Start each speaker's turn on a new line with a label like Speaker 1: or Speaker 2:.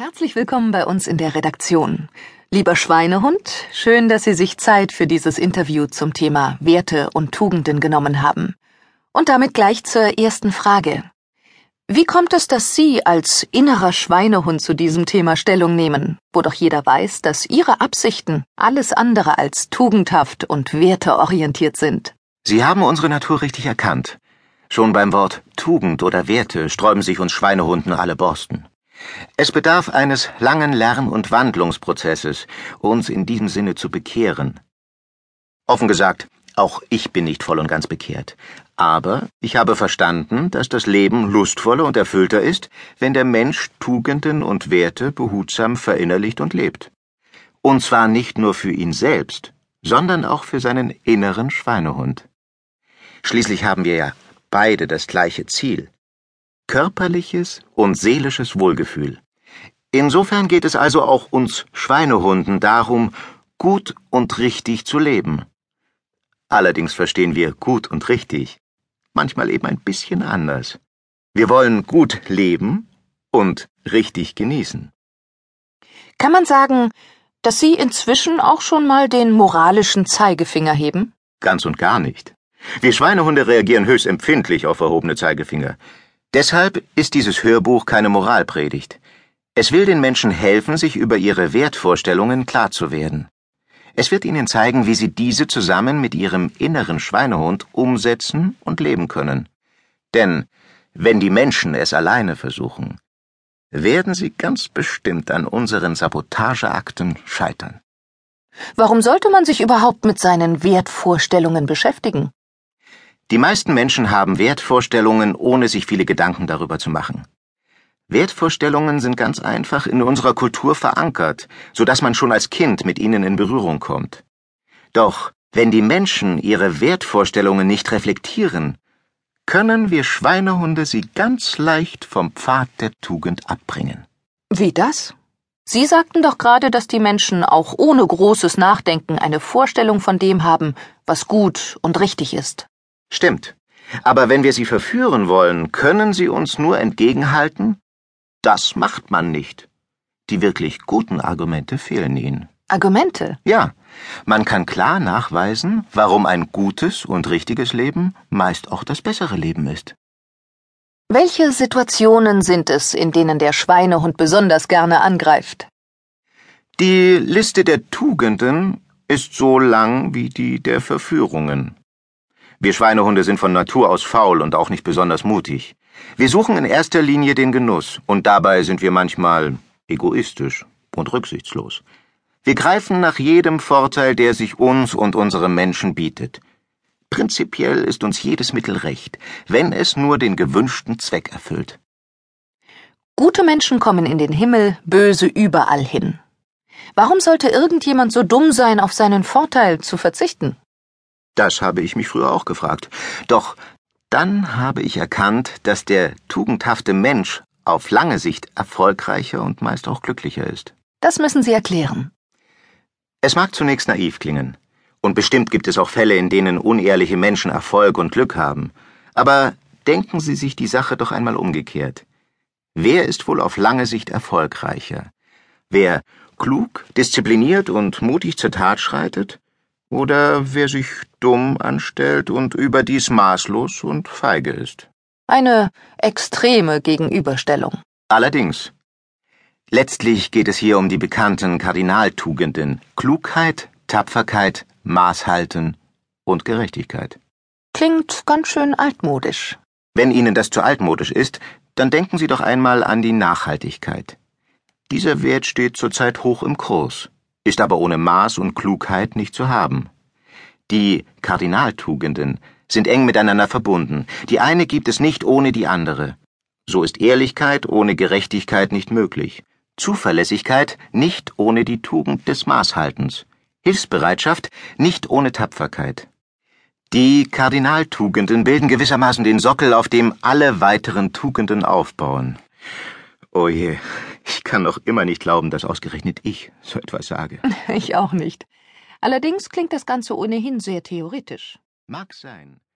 Speaker 1: Herzlich willkommen bei uns in der Redaktion. Lieber Schweinehund, schön, dass Sie sich Zeit für dieses Interview zum Thema Werte und Tugenden genommen haben. Und damit gleich zur ersten Frage. Wie kommt es, dass Sie als innerer Schweinehund zu diesem Thema Stellung nehmen, wo doch jeder weiß, dass Ihre Absichten alles andere als tugendhaft und werteorientiert sind?
Speaker 2: Sie haben unsere Natur richtig erkannt. Schon beim Wort Tugend oder Werte sträuben sich uns Schweinehunden alle Borsten. Es bedarf eines langen Lern- und Wandlungsprozesses, uns in diesem Sinne zu bekehren. Offen gesagt, auch ich bin nicht voll und ganz bekehrt. Aber ich habe verstanden, dass das Leben lustvoller und erfüllter ist, wenn der Mensch Tugenden und Werte behutsam verinnerlicht und lebt. Und zwar nicht nur für ihn selbst, sondern auch für seinen inneren Schweinehund. Schließlich haben wir ja beide das gleiche Ziel: körperliches und seelisches Wohlgefühl. Insofern geht es also auch uns Schweinehunden darum, gut und richtig zu leben. Allerdings verstehen wir gut und richtig manchmal eben ein bisschen anders. Wir wollen gut leben und richtig genießen.
Speaker 1: Kann man sagen, dass Sie inzwischen auch schon mal den moralischen Zeigefinger heben?
Speaker 2: Ganz und gar nicht. Wir Schweinehunde reagieren höchst empfindlich auf erhobene Zeigefinger. Deshalb ist dieses Hörbuch keine Moralpredigt. Es will den Menschen helfen, sich über ihre Wertvorstellungen klar zu werden. Es wird ihnen zeigen, wie sie diese zusammen mit ihrem inneren Schweinehund umsetzen und leben können. Denn wenn die Menschen es alleine versuchen, werden sie ganz bestimmt an unseren Sabotageakten scheitern.
Speaker 1: Warum sollte man sich überhaupt mit seinen Wertvorstellungen beschäftigen?
Speaker 2: Die meisten Menschen haben Wertvorstellungen, ohne sich viele Gedanken darüber zu machen. Wertvorstellungen sind ganz einfach in unserer Kultur verankert, sodass man schon als Kind mit ihnen in Berührung kommt. Doch wenn die Menschen ihre Wertvorstellungen nicht reflektieren, können wir Schweinehunde sie ganz leicht vom Pfad der Tugend abbringen.
Speaker 1: Wie das? Sie sagten doch gerade, dass die Menschen auch ohne großes Nachdenken eine Vorstellung von dem haben, was gut und richtig ist.
Speaker 2: Stimmt. Aber wenn wir sie verführen wollen, können sie uns nur entgegenhalten: Das macht man nicht. Die wirklich guten Argumente fehlen ihnen.
Speaker 1: Argumente?
Speaker 2: Ja, man kann klar nachweisen, warum ein gutes und richtiges Leben meist auch das bessere Leben ist.
Speaker 1: Welche Situationen sind es, in denen der Schweinehund besonders gerne angreift?
Speaker 2: Die Liste der Tugenden ist so lang wie die der Verführungen. Wir Schweinehunde sind von Natur aus faul und auch nicht besonders mutig. Wir suchen in erster Linie den Genuss, und dabei sind wir manchmal egoistisch und rücksichtslos. Wir greifen nach jedem Vorteil, der sich uns und unserem Menschen bietet. Prinzipiell ist uns jedes Mittel recht, wenn es nur den gewünschten Zweck erfüllt.
Speaker 1: Gute Menschen kommen in den Himmel, böse überall hin. Warum sollte irgendjemand so dumm sein, auf seinen Vorteil zu verzichten?
Speaker 2: Das habe ich mich früher auch gefragt. Doch dann habe ich erkannt, dass der tugendhafte Mensch auf lange Sicht erfolgreicher und meist auch glücklicher ist.
Speaker 1: Das müssen Sie erklären.
Speaker 2: Es mag zunächst naiv klingen. Und bestimmt gibt es auch Fälle, in denen unehrliche Menschen Erfolg und Glück haben. Aber denken Sie sich die Sache doch einmal umgekehrt. Wer ist wohl auf lange Sicht erfolgreicher? Wer klug, diszipliniert und mutig zur Tat schreitet? Oder wer sich dumm anstellt und überdies maßlos und feige ist?
Speaker 1: Eine extreme Gegenüberstellung.
Speaker 2: Allerdings. Letztlich geht es hier um die bekannten Kardinaltugenden: Klugheit, Tapferkeit, Maßhalten und Gerechtigkeit.
Speaker 1: Klingt ganz schön altmodisch.
Speaker 2: Wenn Ihnen das zu altmodisch ist, dann denken Sie doch einmal an die Nachhaltigkeit. Dieser Wert steht zurzeit hoch im Kurs, ist aber ohne Maß und Klugheit nicht zu haben. Die Kardinaltugenden sind eng miteinander verbunden. Die eine gibt es nicht ohne die andere. So ist Ehrlichkeit ohne Gerechtigkeit nicht möglich. Zuverlässigkeit nicht ohne die Tugend des Maßhaltens. Hilfsbereitschaft nicht ohne Tapferkeit. Die Kardinaltugenden bilden gewissermaßen den Sockel, auf dem alle weiteren Tugenden aufbauen. Oh je, ich kann noch immer nicht glauben, dass ausgerechnet ich so etwas sage.
Speaker 1: Ich auch nicht. Allerdings klingt das Ganze ohnehin sehr theoretisch.
Speaker 2: Mag sein.